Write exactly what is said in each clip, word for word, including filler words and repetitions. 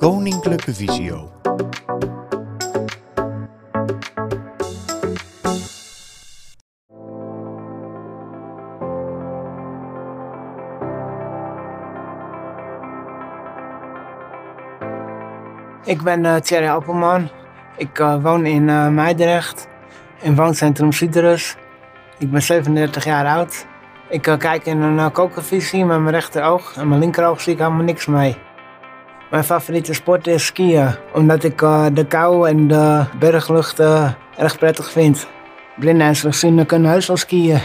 Koninklijke Visio. Ik ben uh, Thierry Appelman. Ik uh, woon in uh, Meidrecht, in wooncentrum Citrus. Ik ben zevenendertig jaar oud. Ik uh, kijk in een uh, kokervisie met mijn rechteroog en mijn linkeroog zie ik helemaal niks mee. Mijn favoriete sport is skiën, omdat ik uh, de kou en de berglucht uh, erg prettig vind. Blinden en slechtzienden kunnen heus wel skiën.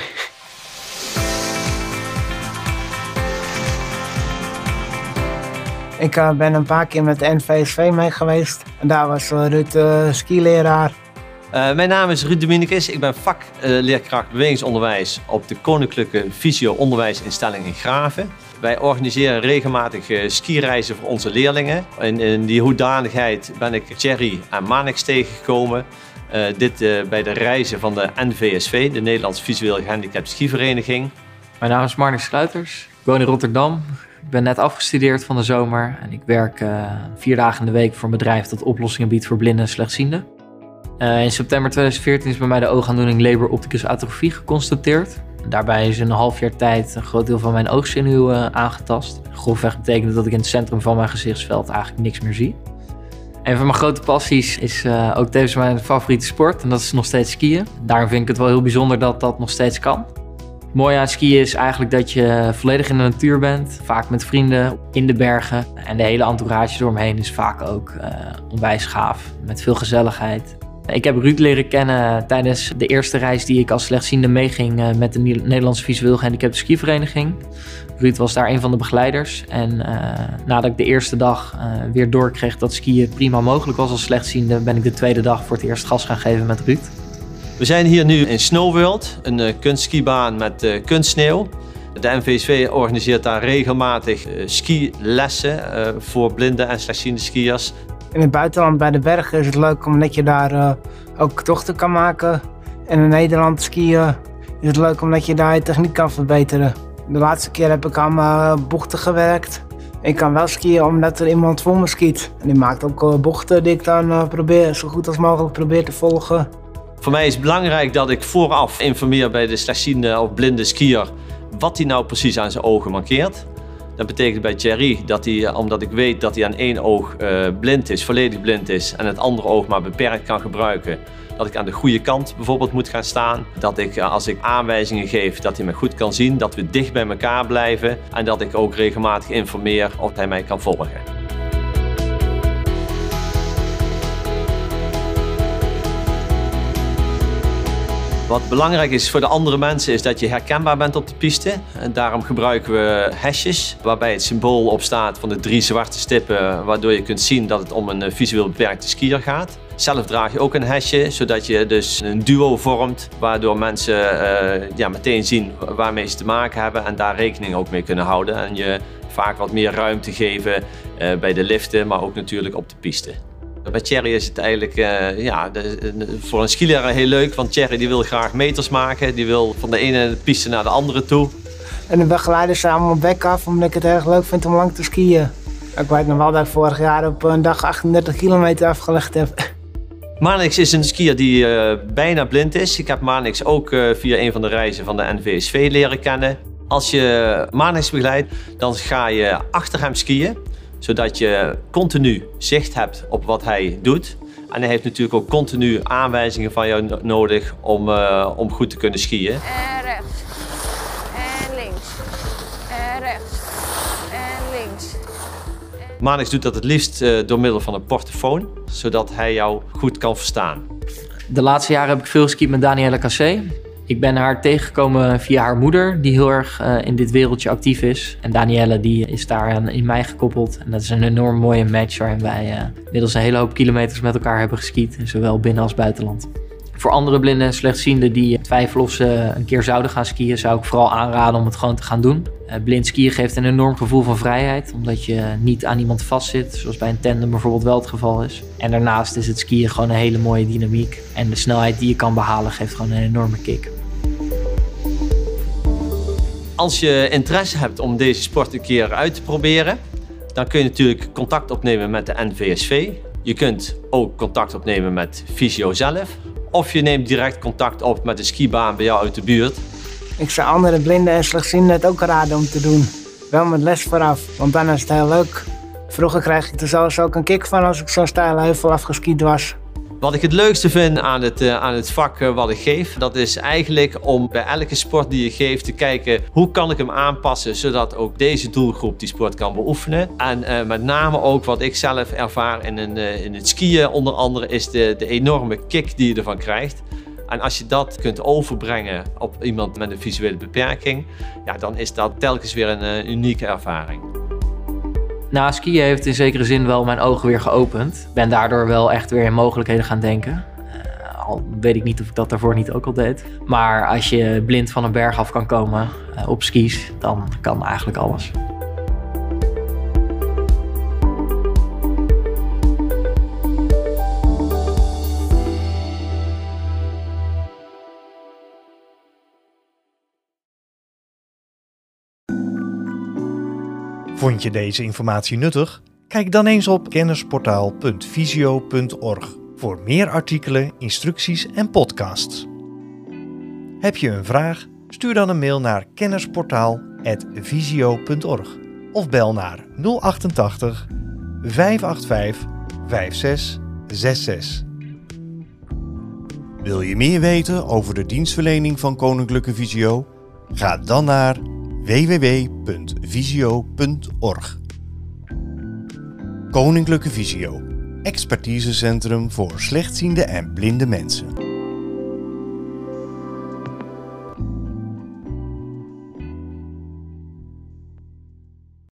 Ik uh, ben een paar keer met de N V S V mee geweest en daar was uh, Ruud uh, skileraar. Uh, mijn naam is Ruud Dominicus, ik ben vakleerkracht uh, bewegingsonderwijs op de Koninklijke Visio onderwijsinstelling in Graven. Wij organiseren regelmatig uh, skireizen voor onze leerlingen. In, in die hoedanigheid ben ik Thierry en Manix tegengekomen. Uh, dit uh, bij de reizen van de N V S V, de Nederlandse Visueel Gehandicapte Skivereniging. Mijn naam is Marnix Sluiters, ik woon in Rotterdam. Ik ben net afgestudeerd van de zomer en ik werk uh, vier dagen in de week voor een bedrijf dat oplossingen biedt voor blinden en slechtzienden. Uh, in september tweeduizend veertien is bij mij de oogaandoening Leber opticus atrofie geconstateerd. Daarbij is in een half jaar tijd een groot deel van mijn oogzenuw uh, aangetast. Grofweg betekent dat ik in het centrum van mijn gezichtsveld eigenlijk niks meer zie. Een van mijn grote passies is uh, ook tevens mijn favoriete sport en dat is nog steeds skiën. Daarom vind ik het wel heel bijzonder dat dat nog steeds kan. Het mooie aan skiën is eigenlijk dat je volledig in de natuur bent, vaak met vrienden, in de bergen. En de hele entourage eromheen is vaak ook uh, onwijs gaaf, met veel gezelligheid. Ik heb Ruud leren kennen tijdens de eerste reis die ik als slechtziende meeging uh, met de Nederlandse Visueel Gehandicapte Skivereniging. Ruud was daar een van de begeleiders en uh, nadat ik de eerste dag uh, weer doorkreeg dat skiën prima mogelijk was als slechtziende, ben ik de tweede dag voor het eerst gas gaan geven met Ruud. We zijn hier nu in Snow World, een uh, kunstskibaan met uh, kunstsneeuw. De N V S V organiseert daar regelmatig uh, skilessen uh, voor blinde en slechtziende skiers. In het buitenland bij de bergen is het leuk omdat je daar uh, ook tochten kan maken. En in Nederland skiën is het leuk omdat je daar je techniek kan verbeteren. De laatste keer heb ik aan mijn bochten gewerkt. Ik kan wel skiën omdat er iemand voor me skiet. En die maakt ook uh, bochten die ik dan uh, probeer, zo goed als mogelijk probeer te volgen. Voor mij is het belangrijk dat ik vooraf informeer bij de slechtziende of blinde skier wat hij nou precies aan zijn ogen mankeert. Dat betekent bij Thierry dat hij, omdat ik weet dat hij aan één oog uh, blind is, volledig blind is en het andere oog maar beperkt kan gebruiken, dat ik aan de goede kant bijvoorbeeld moet gaan staan. Dat ik als ik aanwijzingen geef dat hij me goed kan zien, dat we dicht bij elkaar blijven en dat ik ook regelmatig informeer of hij mij kan volgen. Wat belangrijk is voor de andere mensen is dat je herkenbaar bent op de piste. En daarom gebruiken we hesjes waarbij het symbool op staat van de drie zwarte stippen waardoor je kunt zien dat het om een visueel beperkte skier gaat. Zelf draag je ook een hesje zodat je dus een duo vormt waardoor mensen uh, ja, meteen zien waarmee ze te maken hebben en daar rekening ook mee kunnen houden. En je vaak wat meer ruimte geven uh, bij de liften, maar ook natuurlijk op de piste. Bij Thierry is het eigenlijk uh, ja, de, de, voor een skileraar heel leuk, want Thierry die wil graag meters maken. Die wil van de ene piste naar de andere toe. En de begeleiders zijn allemaal bek af, omdat ik het erg leuk vind om lang te skiën. Ik weet nog wel dat ik vorig jaar op een dag achtendertig kilometer afgelegd heb. Manix is een skier die uh, bijna blind is. Ik heb Manix ook uh, via een van de reizen van de N V S V leren kennen. Als je Manix begeleidt, dan ga je achter hem skiën, zodat je continu zicht hebt op wat hij doet. En hij heeft natuurlijk ook continu aanwijzingen van jou nodig om, uh, om goed te kunnen skiën. En rechts. En links. En rechts. En links. Manix doet dat het liefst uh, door middel van een portofoon, zodat hij jou goed kan verstaan. De laatste jaren heb ik veel geskiet met Danielle Cassé. Ik ben haar tegengekomen via haar moeder, die heel erg uh, in dit wereldje actief is. En Danielle die is daar aan, in mij gekoppeld. En dat is een enorm mooie match waarin wij uh, inmiddels een hele hoop kilometers met elkaar hebben geskiet. Zowel binnen als buitenland. Voor andere blinden en slechtzienden die twijfelen of ze een keer zouden gaan skiën, zou ik vooral aanraden om het gewoon te gaan doen. Uh, blind skiën geeft een enorm gevoel van vrijheid, omdat je niet aan iemand vastzit, zoals bij een tandem bijvoorbeeld wel het geval is. En daarnaast is het skiën gewoon een hele mooie dynamiek. En de snelheid die je kan behalen geeft gewoon een enorme kick. Als je interesse hebt om deze sport een keer uit te proberen, Dan kun je natuurlijk contact opnemen met de N V S V. Je kunt ook contact opnemen met fysio zelf. Of je neemt direct contact op met de skibaan bij jou uit de buurt. Ik zou andere blinden en slechtzienden het ook raden om te doen. Wel met les vooraf, want dan is het heel leuk. Vroeger kreeg ik er zelfs ook een kick van als ik zo'n steile heuvel afgeskiet was. Wat ik het leukste vind aan het, uh, aan het vak uh, wat ik geef, dat is eigenlijk om bij elke sport die je geeft te kijken hoe kan ik hem aanpassen zodat ook deze doelgroep die sport kan beoefenen. En uh, met name ook wat ik zelf ervaar in, een, uh, in het skiën onder andere is de, de enorme kick die je ervan krijgt. En als je dat kunt overbrengen op iemand met een visuele beperking, ja, dan is dat telkens weer een uh, unieke ervaring. Nou, skiën heeft in zekere zin wel mijn ogen weer geopend. Ik ben daardoor wel echt weer in mogelijkheden gaan denken. Uh, al weet ik niet of ik dat daarvoor niet ook al deed. Maar als je blind van een berg af kan komen uh, op skis, dan kan eigenlijk alles. Vond je deze informatie nuttig? Kijk dan eens op kennisportaal punt visio punt org voor meer artikelen, instructies en podcasts. Heb je een vraag? Stuur dan een mail naar kennisportaal punt visio punt org of bel naar nul achtentachtig, vijf acht vijf, vijf zes zes zes. Wil je meer weten over de dienstverlening van Koninklijke Visio? Ga dan naar w w w punt visio punt org. Koninklijke Visio, expertisecentrum voor slechtziende en blinde mensen.